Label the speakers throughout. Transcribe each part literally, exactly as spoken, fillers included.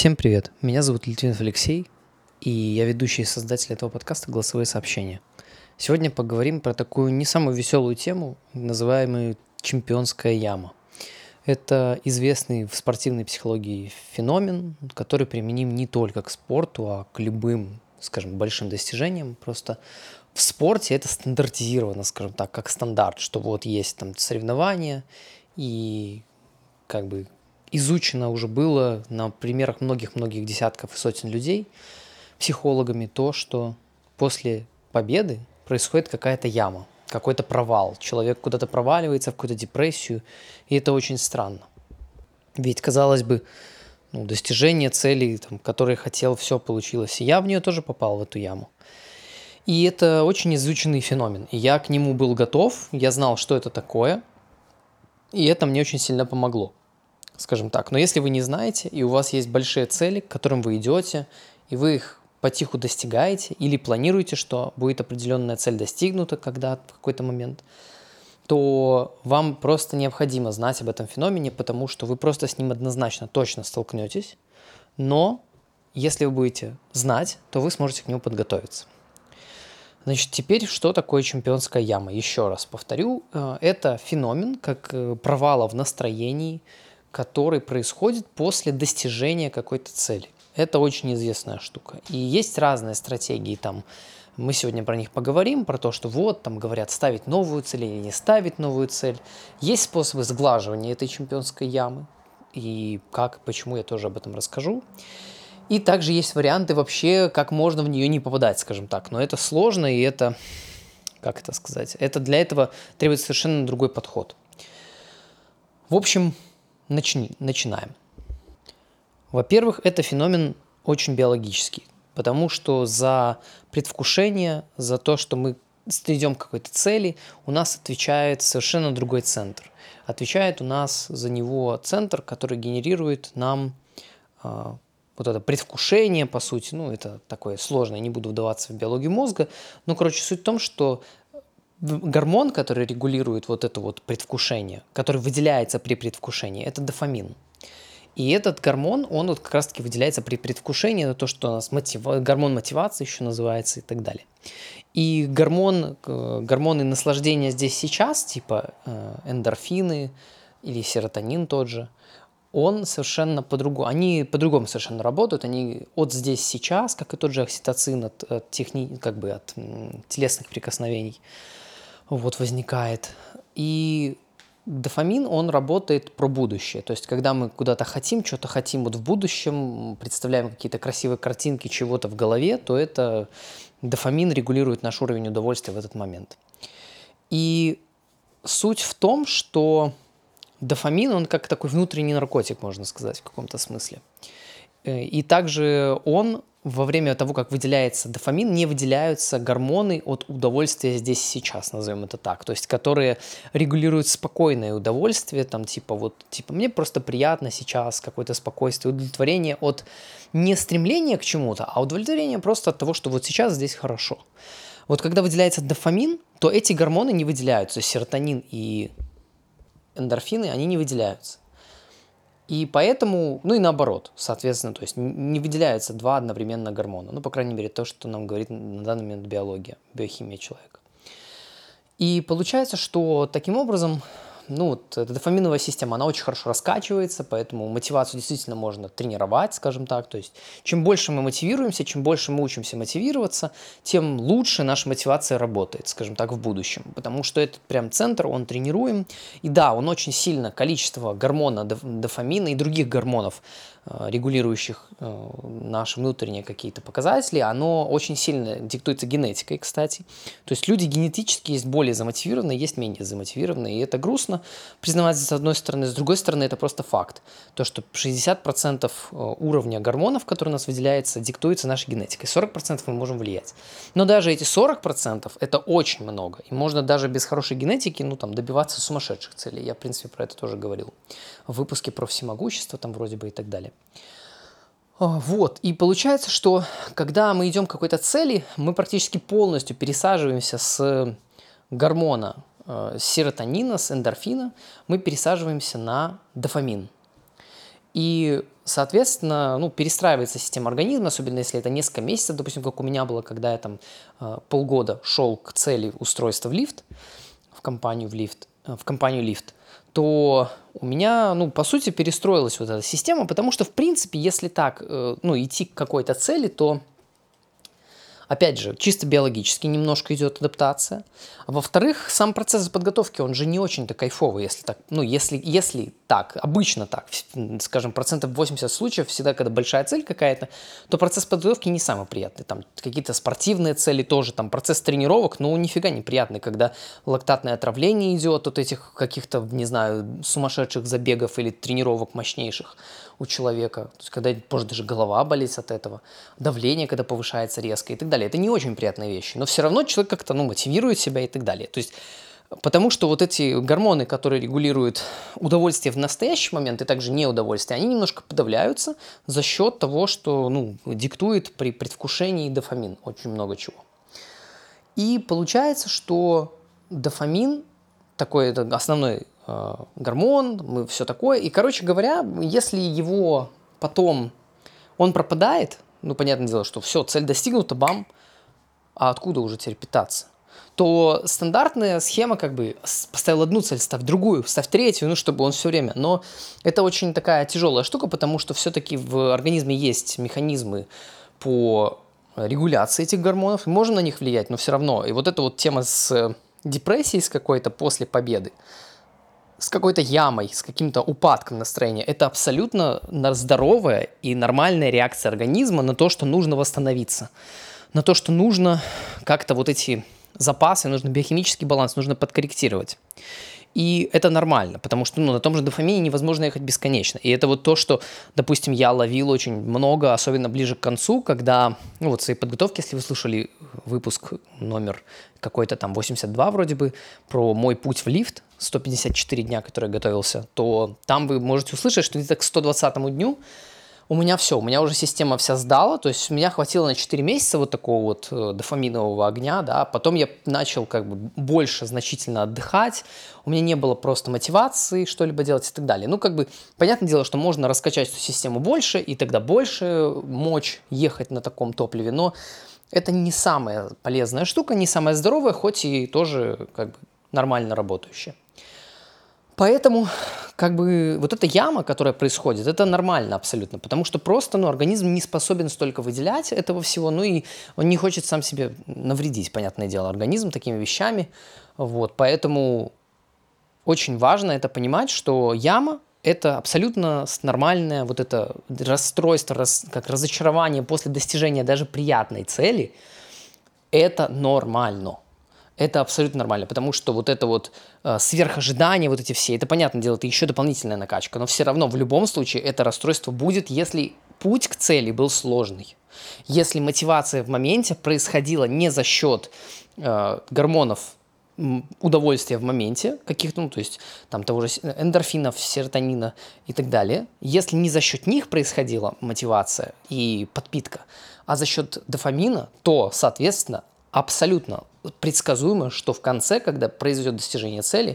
Speaker 1: Всем привет, меня зовут Литвинов Алексей, и я ведущий и создатель этого подкаста «Голосовые сообщения». Сегодня поговорим про такую не самую веселую тему, называемую «чемпионская яма». Это известный в спортивной психологии феномен, который применим не только к спорту, а к любым, скажем, большим достижениям. Просто в спорте это стандартизировано, скажем так, как стандарт, что вот есть там соревнования, и как бы изучено уже было на примерах многих-многих десятков и сотен людей психологами то, что после победы происходит какая-то яма, какой-то провал. Человек куда-то проваливается в какую-то депрессию, и это очень странно. Ведь, казалось бы, ну, достижение целей, там, которые хотел, все получилось. И я в нее тоже попал, в эту яму. И это очень изученный феномен. И я к нему был готов, я знал, что это такое, и это мне очень сильно помогло, скажем так. Но если вы не знаете, и у вас есть большие цели, к которым вы идете, и вы их потиху достигаете, или планируете, что будет определенная цель достигнута когда в какой-то момент, то вам просто необходимо знать об этом феномене, потому что вы просто с ним однозначно точно столкнетесь. Но если вы будете знать, то вы сможете к нему подготовиться. Значит, теперь что такое чемпионская яма? Еще раз повторю, это феномен как провала в настроении, который происходит после достижения какой-то цели. Это очень известная штука. И есть разные стратегии там. Мы сегодня про них поговорим, про то, что вот, там говорят, ставить новую цель или не ставить новую цель. Есть способы сглаживания этой чемпионской ямы. И как, почему, я тоже об этом расскажу. И также есть варианты вообще, как можно в нее не попадать, скажем так. Но это сложно, и это, как это сказать, это для этого требуется совершенно другой подход. В общем, начни, начинаем. Во-первых, это феномен очень биологический, потому что за предвкушение, за то, что мы идем к какой-то цели, у нас отвечает совершенно другой центр. Отвечает у нас за него центр, который генерирует нам э, вот это предвкушение, по сути. Ну, это такое сложное, не буду вдаваться в биологию мозга. Но, короче, суть в том, что гормон, который регулирует вот это вот предвкушение, который выделяется при предвкушении, это дофамин. И этот гормон, он вот как раз-таки выделяется при предвкушении, это то, что у нас мотив... гормон мотивации еще называется и так далее. И гормон, гормоны наслаждения здесь сейчас, типа эндорфины или серотонин тот же, он совершенно по-другому, они по-другому совершенно работают, они от здесь сейчас, как и тот же окситоцин от, от, техни... как бы от телесных прикосновений, вот возникает. И дофамин, он работает про будущее. То есть, когда мы куда-то хотим, что-то хотим вот в будущем, представляем какие-то красивые картинки чего-то в голове, то это дофамин регулирует наш уровень удовольствия в этот момент. И суть в том, что дофамин, он как такой внутренний наркотик, можно сказать, в каком-то смысле. И также он во время того, как выделяется дофамин, не выделяются гормоны от удовольствия здесь и сейчас, назовем это так, то есть которые регулируют спокойное удовольствие, там типа вот, типа мне просто приятно сейчас, какое-то спокойствие, удовлетворение от не стремления к чему-то, а удовлетворение просто от того, что вот сейчас здесь хорошо. Вот когда выделяется дофамин, то эти гормоны не выделяются, серотонин и эндорфины, они не выделяются. И поэтому, ну и наоборот, соответственно, то есть не выделяются два одновременно гормона. Ну, по крайней мере, то, что нам говорит на данный момент биология, биохимия человека. И получается, что таким образом, ну, вот эта дофаминовая система, она очень хорошо раскачивается, поэтому мотивацию действительно можно тренировать, скажем так. То есть чем больше мы мотивируемся, чем больше мы учимся мотивироваться, тем лучше наша мотивация работает, скажем так, в будущем. Потому что этот прям центр, он тренируем. И да, он очень сильно, количество гормона дофамина и других гормонов, регулирующих наши внутренние какие-то показатели, оно очень сильно диктуется генетикой, кстати. То есть люди генетически есть более замотивированные, есть менее замотивированные, и это грустно признавать с одной стороны, с другой стороны это просто факт. То, что шестьдесят процентов уровня гормонов, который у нас выделяется, диктуется нашей генетикой, сорок процентов мы можем влиять. Но даже эти сорок процентов это очень много, и можно даже без хорошей генетики, ну, там, добиваться сумасшедших целей. Я, в принципе, про это тоже говорил в выпуске про всемогущество, там, вроде бы, и так далее. Вот, и получается, что когда мы идем к какой-то цели, мы практически полностью пересаживаемся с гормона э, серотонина, с эндорфина, мы пересаживаемся на дофамин. И, соответственно, ну, перестраивается система организма, особенно если это несколько месяцев, допустим, как у меня было, когда я там э, полгода шел к цели устройства в лифт, в компанию в лифт, э, в компанию лифт, то у меня, ну, по сути, перестроилась вот эта система, потому что, в принципе, если так, э, ну, идти к какой-то цели, то опять же, чисто биологически немножко идет адаптация. А во-вторых, сам процесс подготовки, он же не очень-то кайфовый, если так, ну, если, если так, обычно так, скажем, процентов восемьдесят случаев, всегда, когда большая цель какая-то, то процесс подготовки не самый приятный. Там какие-то спортивные цели тоже, там процесс тренировок, ну, нифига неприятный, когда лактатное отравление идет от этих каких-то, не знаю, сумасшедших забегов или тренировок мощнейших у человека. То есть, когда может даже голова болеть от этого, давление, когда повышается резко и так далее. Это не очень приятные вещи. Но все равно человек как-то, ну, мотивирует себя и так далее. То есть, потому что вот эти гормоны, которые регулируют удовольствие в настоящий момент и также неудовольствие, они немножко подавляются за счет того, что, ну, диктует при предвкушении дофамин очень много чего. И получается, что дофамин такой это основной э, гормон, мы все такое. И, короче говоря, если его потом он пропадает, ну, понятное дело, что все, цель достигнута, бам, а откуда уже теперь питаться? То стандартная схема как бы поставил одну цель, ставь другую, ставь третью, ну, чтобы он все время. Но это очень такая тяжелая штука, потому что все-таки в организме есть механизмы по регуляции этих гормонов, и можно на них влиять, но все равно. И вот эта вот тема с депрессией с какой-то после победы, с какой-то ямой, с каким-то упадком настроения, это абсолютно здоровая и нормальная реакция организма на то, что нужно восстановиться, на то, что нужно как-то вот эти запасы, нужно биохимический баланс, нужно подкорректировать. И это нормально, потому что ну, на том же дофамине невозможно ехать бесконечно. И это вот то, что, допустим, я ловил очень много, особенно ближе к концу, когда, ну вот в своей подготовке, если вы слушали выпуск номер какой-то там восемьдесят два вроде бы, про мой путь в лифт, сто пятьдесят четыре дня, который я готовился, то там вы можете услышать, что где-то к сто двадцатому дню у меня все, у меня уже система вся сдала, то есть меня хватило на четыре месяца вот такого вот э, дофаминового огня, да, потом я начал как бы больше значительно отдыхать, у меня не было просто мотивации что-либо делать и так далее. Ну, как бы, понятное дело, что можно раскачать эту систему больше, и тогда больше мочь ехать на таком топливе, но это не самая полезная штука, не самая здоровая, хоть и тоже как бы нормально работающая. Поэтому, как бы, вот эта яма, которая происходит, это нормально абсолютно, потому что просто, ну, организм не способен столько выделять этого всего, ну, и он не хочет сам себе навредить, понятное дело, организм такими вещами, вот, поэтому очень важно это понимать, что яма – это абсолютно нормальное вот это расстройство, рас, как разочарование после достижения даже приятной цели, это нормально. Это абсолютно нормально, потому что вот это вот э, сверхожидание, вот эти все, это, понятное дело, это еще дополнительная накачка, но все равно в любом случае это расстройство будет, если путь к цели был сложный. Если мотивация в моменте происходила не за счет э, гормонов удовольствия в моменте каких-то, ну, то есть там того же эндорфинов, серотонина и так далее, если не за счет них происходила мотивация и подпитка, а за счет дофамина, то, соответственно, абсолютно предсказуемо, что в конце, когда произойдет достижение цели,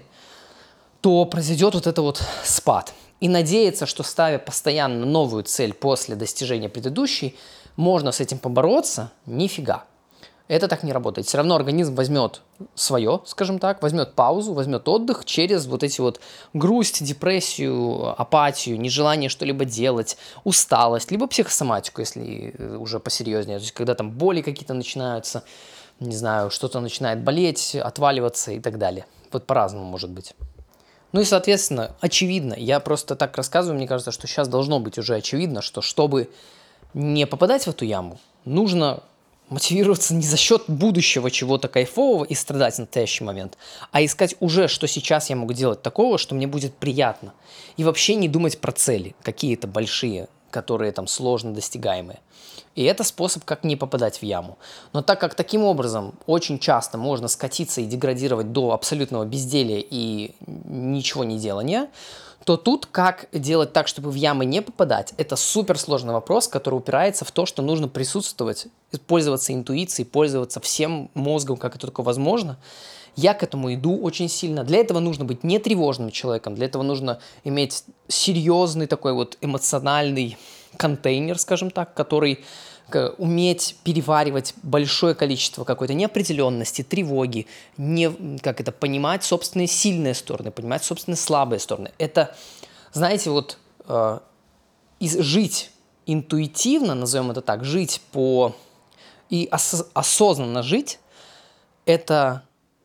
Speaker 1: то произойдет вот это вот спад. И надеяться, что ставя постоянно новую цель после достижения предыдущей, можно с этим побороться, нифига. Это так не работает. Все равно организм возьмет свое, скажем так, возьмет паузу, возьмет отдых через вот эти вот грусть, депрессию, апатию, нежелание что-либо делать, усталость, либо психосоматику, если уже посерьезнее. То есть когда там боли какие-то начинаются, не знаю, что-то начинает болеть, отваливаться и так далее. Вот по-разному может быть. Ну и, соответственно, очевидно, я просто так рассказываю, мне кажется, что сейчас должно быть уже очевидно, что чтобы не попадать в эту яму, нужно мотивироваться не за счет будущего чего-то кайфового и страдать в настоящий момент, а искать уже, что сейчас я могу делать такого, что мне будет приятно. И вообще не думать про цели, какие-то большие, которые там сложно достигаемые. И это способ, как не попадать в яму. Но так как таким образом очень часто можно скатиться и деградировать до абсолютного безделия и ничего не делания, то тут как делать так, чтобы в ямы не попадать, это суперсложный вопрос, который упирается в то, что нужно присутствовать, пользоваться интуицией, пользоваться всем мозгом, как это только возможно. Я к этому иду очень сильно. Для этого нужно быть не тревожным человеком, для этого нужно иметь серьезный такой вот эмоциональный контейнер, скажем так, который уметь переваривать большое количество какой-то неопределенности, тревоги, не, как это, понимать собственные сильные стороны, понимать собственные слабые стороны. Это, знаете, вот э, из, жить интуитивно, назовем это так, жить по... и ос, осознанно жить, это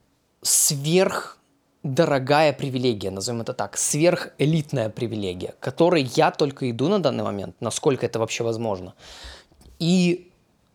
Speaker 1: сверхдорогая привилегия, назовем это так, сверхэлитная привилегия, к которой я только иду на данный момент, насколько это вообще возможно. И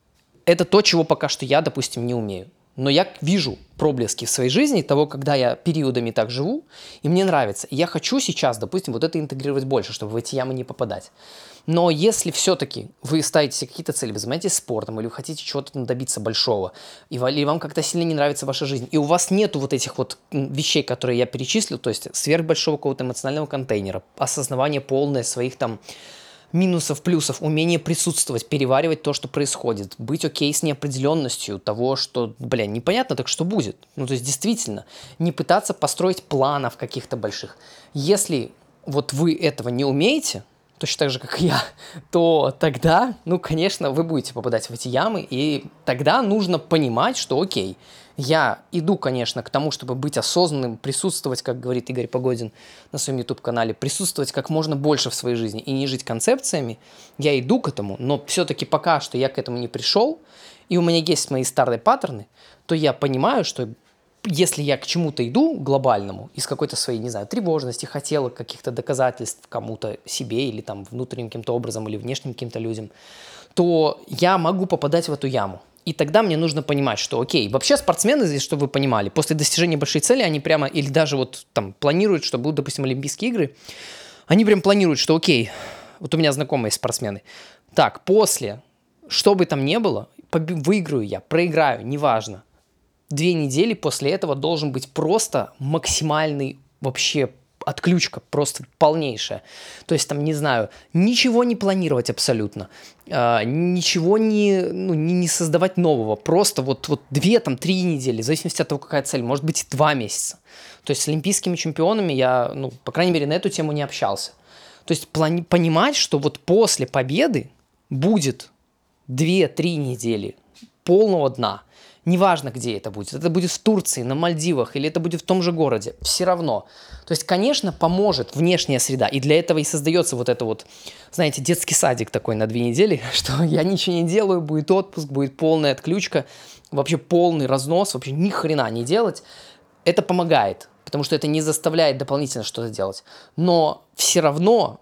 Speaker 1: это то, чего пока что я, допустим, не умею. Но я вижу проблески в своей жизни того, когда я периодами так живу, и мне нравится. И я хочу сейчас, допустим, вот это интегрировать больше, чтобы в эти ямы не попадать. Но если все-таки вы ставите себе какие-то цели, вы занимаетесь спортом, или вы хотите чего-то добиться большого, или вам как-то сильно не нравится ваша жизнь, и у вас нету вот этих вот вещей, которые я перечислил, то есть сверхбольшого какого-то эмоционального контейнера, осознавание полное своих там минусов, плюсов, умение присутствовать, переваривать то, что происходит, быть окей с неопределенностью того, что, бля, непонятно, так что будет. Ну, то есть, действительно, не пытаться построить планов каких-то больших. Если вот вы этого не умеете, точно так же, как и я, то тогда, ну, конечно, вы будете попадать в эти ямы, и тогда нужно понимать, что окей, я иду, конечно, к тому, чтобы быть осознанным, присутствовать, как говорит Игорь Погодин на своем YouTube-канале, присутствовать как можно больше в своей жизни и не жить концепциями. Я иду к этому, но все-таки пока что я к этому не пришел, и у меня есть мои старые паттерны, то я понимаю, что если я к чему-то иду глобальному, из какой-то своей, не знаю, тревожности, хотела каких-то доказательств кому-то, себе или там внутренним каким-то образом, или внешним каким-то людям, то я могу попадать в эту яму. И тогда мне нужно понимать, что окей, вообще спортсмены здесь, чтобы вы понимали, после достижения большой цели, они прямо, или даже вот там планируют, что будут, допустим, Олимпийские игры, они прям планируют, что окей, вот у меня знакомые спортсмены, так, после, что бы там ни было, выиграю я, проиграю, неважно, две недели после этого должен быть просто максимальный вообще отключка, просто полнейшая. То есть там, не знаю, ничего не планировать абсолютно, э, ничего не, ну, не, не создавать нового, просто вот, вот две, там, три недели, в зависимости от того, какая цель, может быть, и два месяца. То есть с олимпийскими чемпионами я, ну, по крайней мере, на эту тему не общался. То есть плани- понимать, что вот после победы будет две-три недели полного дна. Неважно, где это будет. Это будет в Турции, на Мальдивах, или это будет в том же городе. Все равно. То есть, конечно, поможет внешняя среда. И для этого и создается вот это вот, знаете, детский садик такой на две недели, что я ничего не делаю, будет отпуск, будет полная отключка, вообще полный разнос, вообще ни хрена не делать. Это помогает, потому что это не заставляет дополнительно что-то делать. Но все равно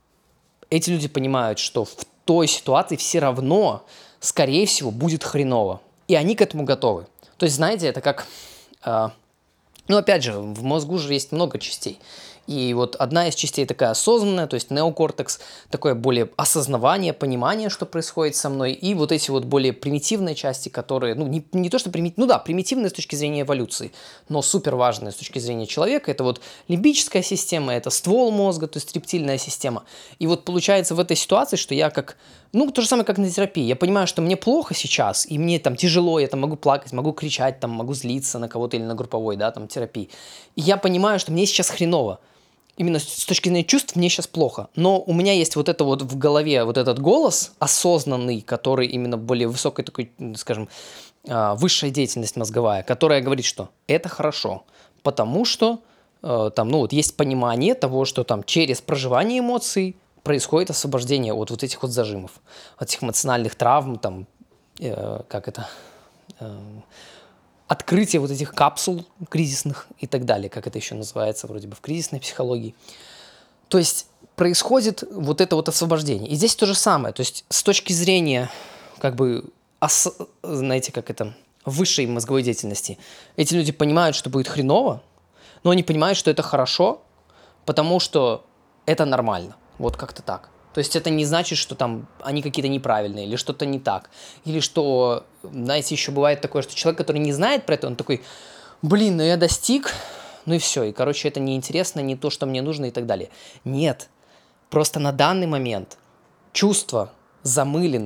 Speaker 1: эти люди понимают, что в той ситуации все равно, скорее всего, будет хреново. И они к этому готовы. То есть, знаете, это как... Э, ну, опять же, в мозгу же есть много частей. И вот одна из частей такая осознанная, то есть неокортекс, такое более осознавание, понимание, что происходит со мной. И вот эти вот более примитивные части, которые... Ну, не, не то, что примитивные... Ну да, примитивные с точки зрения эволюции, но супер важные с точки зрения человека. Это вот лимбическая система, это ствол мозга, то есть рептильная система. И вот получается в этой ситуации, что я как... Ну, то же самое, как на терапии. Я понимаю, что мне плохо сейчас, и мне там тяжело, я там могу плакать, могу кричать, там могу злиться на кого-то или на групповой, да, там, терапии. И я понимаю, что мне сейчас хреново. Именно с точки зрения чувств мне сейчас плохо. Но у меня есть вот это вот в голове, вот этот голос осознанный, который именно более высокой такой, скажем, высшая деятельность мозговая, которая говорит, что это хорошо, потому что там, ну, вот есть понимание того, что там через проживание эмоций происходит освобождение от вот этих вот зажимов, от этих эмоциональных травм, там, э, как это, э, открытие вот этих капсул кризисных и так далее, как это еще называется вроде бы в кризисной психологии. То есть происходит вот это вот освобождение. И здесь то же самое, то есть с точки зрения, как бы, ос, знаете, как это, высшей мозговой деятельности, эти люди понимают, что будет хреново, но они понимают, что это хорошо, потому что это нормально. Вот как-то так. То есть это не значит, что там они какие-то неправильные, или что-то не так. Или что, знаете, еще бывает такое, что человек, который не знает про это, он такой, блин, ну я достиг, ну и все. И, короче, это неинтересно, не то, что мне нужно и так далее. Нет. Просто на данный момент чувства замылены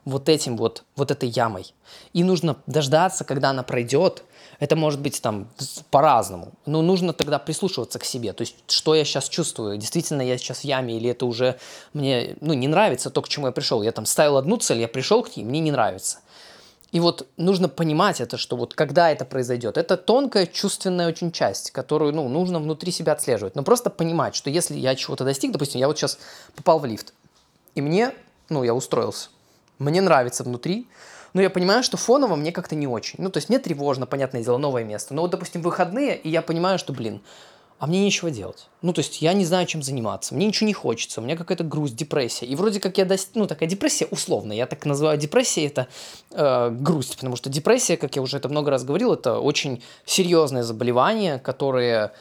Speaker 1: вот этим вот, вот этой ямой. И нужно дождаться, когда она пройдет. Это может быть там по-разному. Но нужно тогда прислушиваться к себе. То есть, что я сейчас чувствую? Действительно, я сейчас в яме, или это уже мне, ну, не нравится то, к чему я пришел. Я там ставил одну цель, я пришел к ней, мне не нравится. И вот нужно понимать это, что вот когда это произойдет, это тонкая чувственная очень часть, которую, ну, нужно внутри себя отслеживать. Но просто понимать, что если я чего-то достиг, допустим, я вот сейчас попал в лифт, и мне, ну, я устроился, мне нравится внутри, но я понимаю, что фоново мне как-то не очень. Ну, то есть мне тревожно, понятное дело, новое место. Но вот, допустим, выходные, и я понимаю, что, блин, а мне нечего делать. Ну, то есть я не знаю, чем заниматься, мне ничего не хочется, у меня какая-то грусть, депрессия. И вроде как я достиг, ну, такая депрессия условно, я так называю депрессией, это э, грусть, потому что депрессия, как я уже это много раз говорил, это очень серьезное заболевание, которое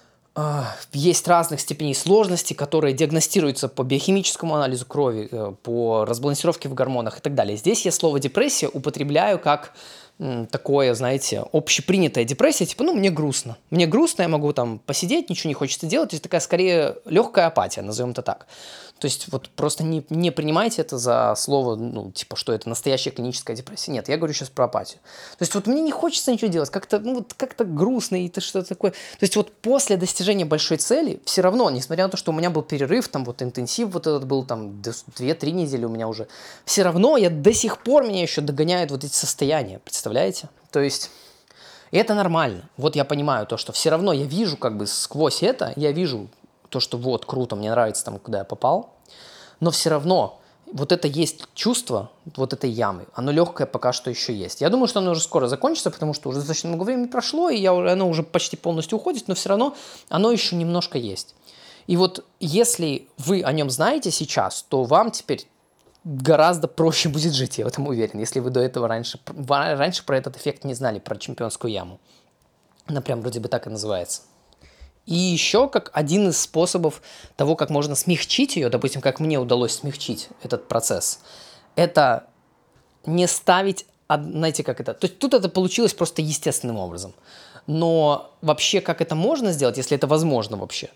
Speaker 1: э, есть разных степеней сложности, которые диагностируются по биохимическому анализу крови, э, по разбалансировке в гормонах и так далее. Здесь я слово депрессия употребляю как такое, знаете, общепринятая депрессия, типа, ну, мне грустно. Мне грустно, я могу там посидеть, ничего не хочется делать. То есть такая, скорее, легкая апатия, назовем это так. То есть вот просто не, не принимайте это за слово, ну, типа, что это настоящая клиническая депрессия. Нет, я говорю сейчас про апатию. То есть вот мне не хочется ничего делать, как-то, ну, вот как-то грустно, и это что-то такое. То есть вот после достижения большой цели, все равно, несмотря на то, что у меня был перерыв, там вот интенсив вот этот был, там, две-три недели у меня уже, все равно я до сих пор, меня еще догоняют вот эти состояния, представляете? То есть... И это нормально. Вот я понимаю то, что все равно я вижу как бы сквозь это, я вижу то, что вот, круто, мне нравится там, куда я попал, но все равно вот это есть чувство вот этой ямы, оно легкое пока что еще есть. Я думаю, что оно уже скоро закончится, потому что уже достаточно много времени прошло, и я, оно уже почти полностью уходит, но все равно оно еще немножко есть. И вот если вы о нем знаете сейчас, то вам теперь гораздо проще будет жить, я в этом уверен, если вы до этого раньше, раньше про этот эффект не знали, про чемпионскую яму. Она прям вроде бы так и называется. И еще как один из способов того, как можно смягчить ее, допустим, как мне удалось смягчить этот процесс, это не ставить, знаете, как это, то есть тут это получилось просто естественным образом. Но вообще, как это можно сделать, если это возможно вообще,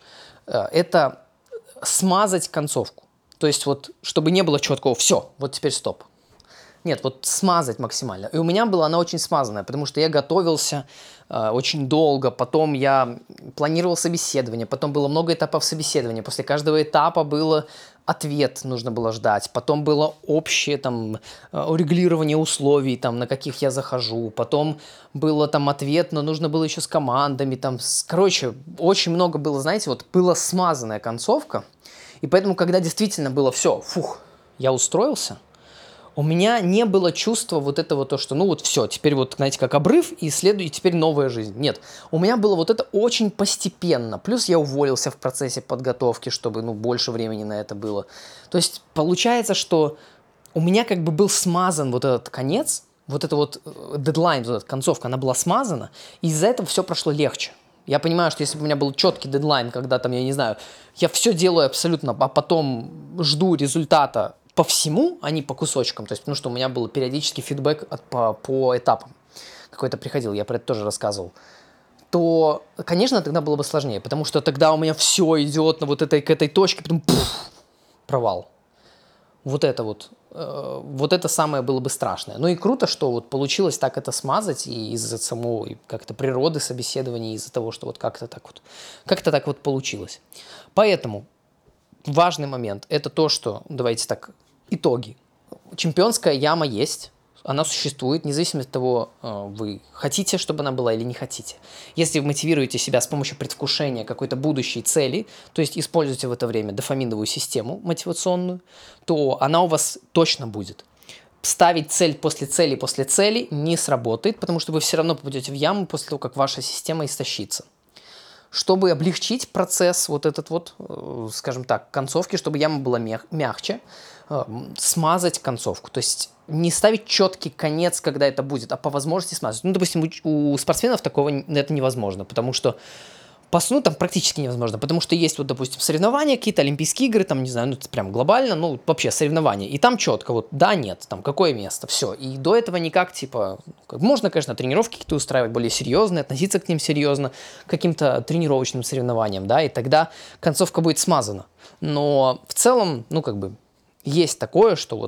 Speaker 1: это смазать концовку. То есть вот, чтобы не было четкого «все, вот теперь стоп». Нет, вот смазать максимально. И у меня была она очень смазанная, потому что я готовился э, очень долго, потом я планировал собеседование, потом было много этапов собеседования, после каждого этапа было ответ, нужно было ждать, потом было общее там урегулирование условий, там, на каких я захожу, потом было там ответ, но нужно было еще с командами, там, с... короче, очень много было, знаете, вот была смазанная концовка, и поэтому, когда действительно было все, фух, я устроился, у меня не было чувства вот этого, то, что ну вот все, теперь вот, знаете, как обрыв, и следует, и теперь новая жизнь. Нет, у меня было вот это очень постепенно. Плюс я уволился в процессе подготовки, чтобы, ну, больше времени на это было. То есть получается, что у меня как бы был смазан вот этот конец, вот это вот дедлайн, вот эта концовка, она была смазана, и из-за этого все прошло легче. Я понимаю, что если бы у меня был четкий дедлайн, когда там, я не знаю, я все делаю абсолютно, а потом жду результата по всему, а не по кусочкам. То есть, ну что, у меня был периодический фидбэк от, по, по этапам. Какой-то приходил, я про это тоже рассказывал. То, конечно, тогда было бы сложнее, потому что тогда у меня все идет на вот этой, к этой точке, потом пуф, провал. Вот это вот. Э, вот это самое было бы страшное. Ну и круто, что вот получилось так это смазать и из-за самой как-то природы собеседования, из-за того, что вот как-то так вот, как-то так вот получилось. Поэтому важный момент – это то, что, давайте так, итоги. Чемпионская яма есть, она существует, независимо от того, вы хотите, чтобы она была или не хотите. Если вы мотивируете себя с помощью предвкушения какой-то будущей цели, то есть используете в это время дофаминовую систему мотивационную, то она у вас точно будет. Ставить цель после цели после цели не сработает, потому что вы все равно попадете в яму после того, как ваша система истощится. Чтобы облегчить процесс вот этот вот, скажем так, концовки, чтобы яма была мяг- мягче, смазать концовку. То есть не ставить четкий конец, когда это будет, а по возможности смазать. Ну, допустим, у, у спортсменов такого это невозможно, потому что по ну, там практически невозможно, потому что есть вот, допустим, соревнования какие-то, Олимпийские игры, там, не знаю, ну, это прям глобально, ну, вообще соревнования, и там четко, вот, да, нет, там, какое место, все, и до этого никак, типа, можно, конечно, тренировки какие-то устраивать более серьезные, относиться к ним серьезно, к каким-то тренировочным соревнованиям, да, и тогда концовка будет смазана, но в целом, ну, как бы, есть такое, что вот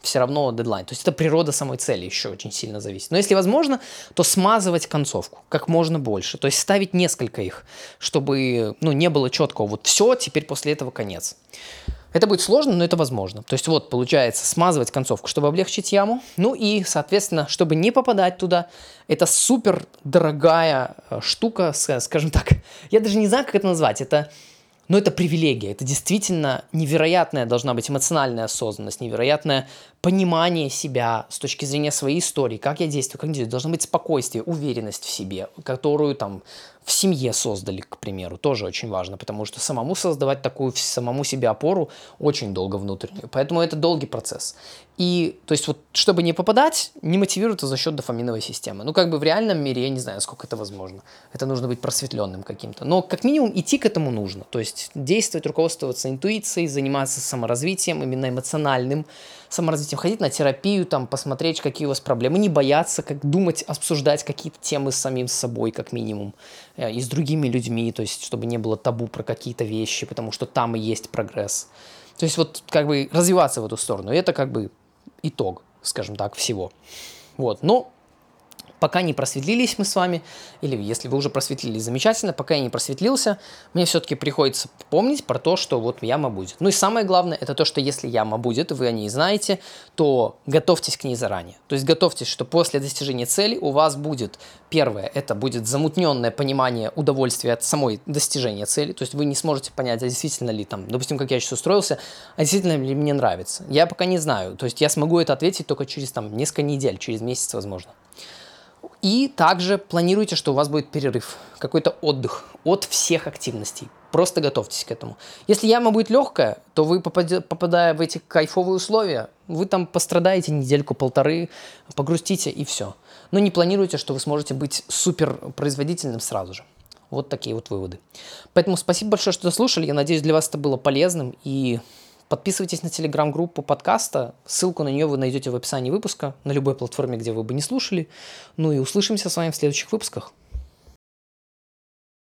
Speaker 1: все равно дедлайн. То есть это природа самой цели еще очень сильно зависит. Но если возможно, то смазывать концовку как можно больше. То есть ставить несколько их, чтобы ну, не было четкого вот все, теперь после этого конец. Это будет сложно, но это возможно. То есть вот получается смазывать концовку, чтобы облегчить яму. Ну и, соответственно, чтобы не попадать туда, это супер дорогая штука, скажем так. Я даже не знаю, как это назвать. Это, но это привилегия. Это действительно невероятная должна быть эмоциональная осознанность, невероятное понимание себя с точки зрения своей истории, как я действую, как я действую. Должно быть спокойствие, уверенность в себе, которую там в семье создали, к примеру, тоже очень важно, потому что самому создавать такую, самому себе опору очень долго внутреннюю. Поэтому это долгий процесс. И, то есть, вот, чтобы не попадать, не мотивируется за счет дофаминовой системы. Ну, как бы в реальном мире, я не знаю, сколько это возможно. Это нужно быть просветленным каким-то. Но, как минимум, идти к этому нужно. То есть, действовать, руководствоваться интуицией, заниматься саморазвитием, именно эмоциональным саморазвитием, ходить на терапию, там, посмотреть, какие у вас проблемы, не бояться, как думать, обсуждать какие-то темы с самим собой, как минимум, и с другими людьми, то есть, чтобы не было табу про какие-то вещи, потому что там и есть прогресс. То есть, вот, как бы, развиваться в эту сторону. И это, как бы, итог, скажем так, всего. Вот, но пока не просветлились мы с вами, или если вы уже просветлились, замечательно, пока я не просветлился, мне все-таки приходится помнить про то, что вот яма будет. Ну и самое главное, это то, что если яма будет, вы о ней знаете, то готовьтесь к ней заранее. То есть готовьтесь, что после достижения цели у вас будет, первое, это будет замутненное понимание удовольствия от самой достижения цели, то есть вы не сможете понять, а действительно ли там, допустим, как я сейчас устроился, а действительно ли мне нравится. Я пока не знаю, то есть я смогу это ответить только через там несколько недель, через месяц, возможно. И также планируйте, что у вас будет перерыв, какой-то отдых от всех активностей. Просто готовьтесь к этому. Если яма будет легкая, то вы, попадая в эти кайфовые условия, вы там пострадаете недельку-полторы, погрустите и все. Но не планируйте, что вы сможете быть супер производительным сразу же. Вот такие вот выводы. Поэтому спасибо большое, что дослушали. Я надеюсь, для вас это было полезным. И подписывайтесь на телеграм-группу подкаста. Ссылку на нее вы найдете в описании выпуска, на любой платформе, где вы бы не слушали. Ну и услышимся с вами в следующих выпусках.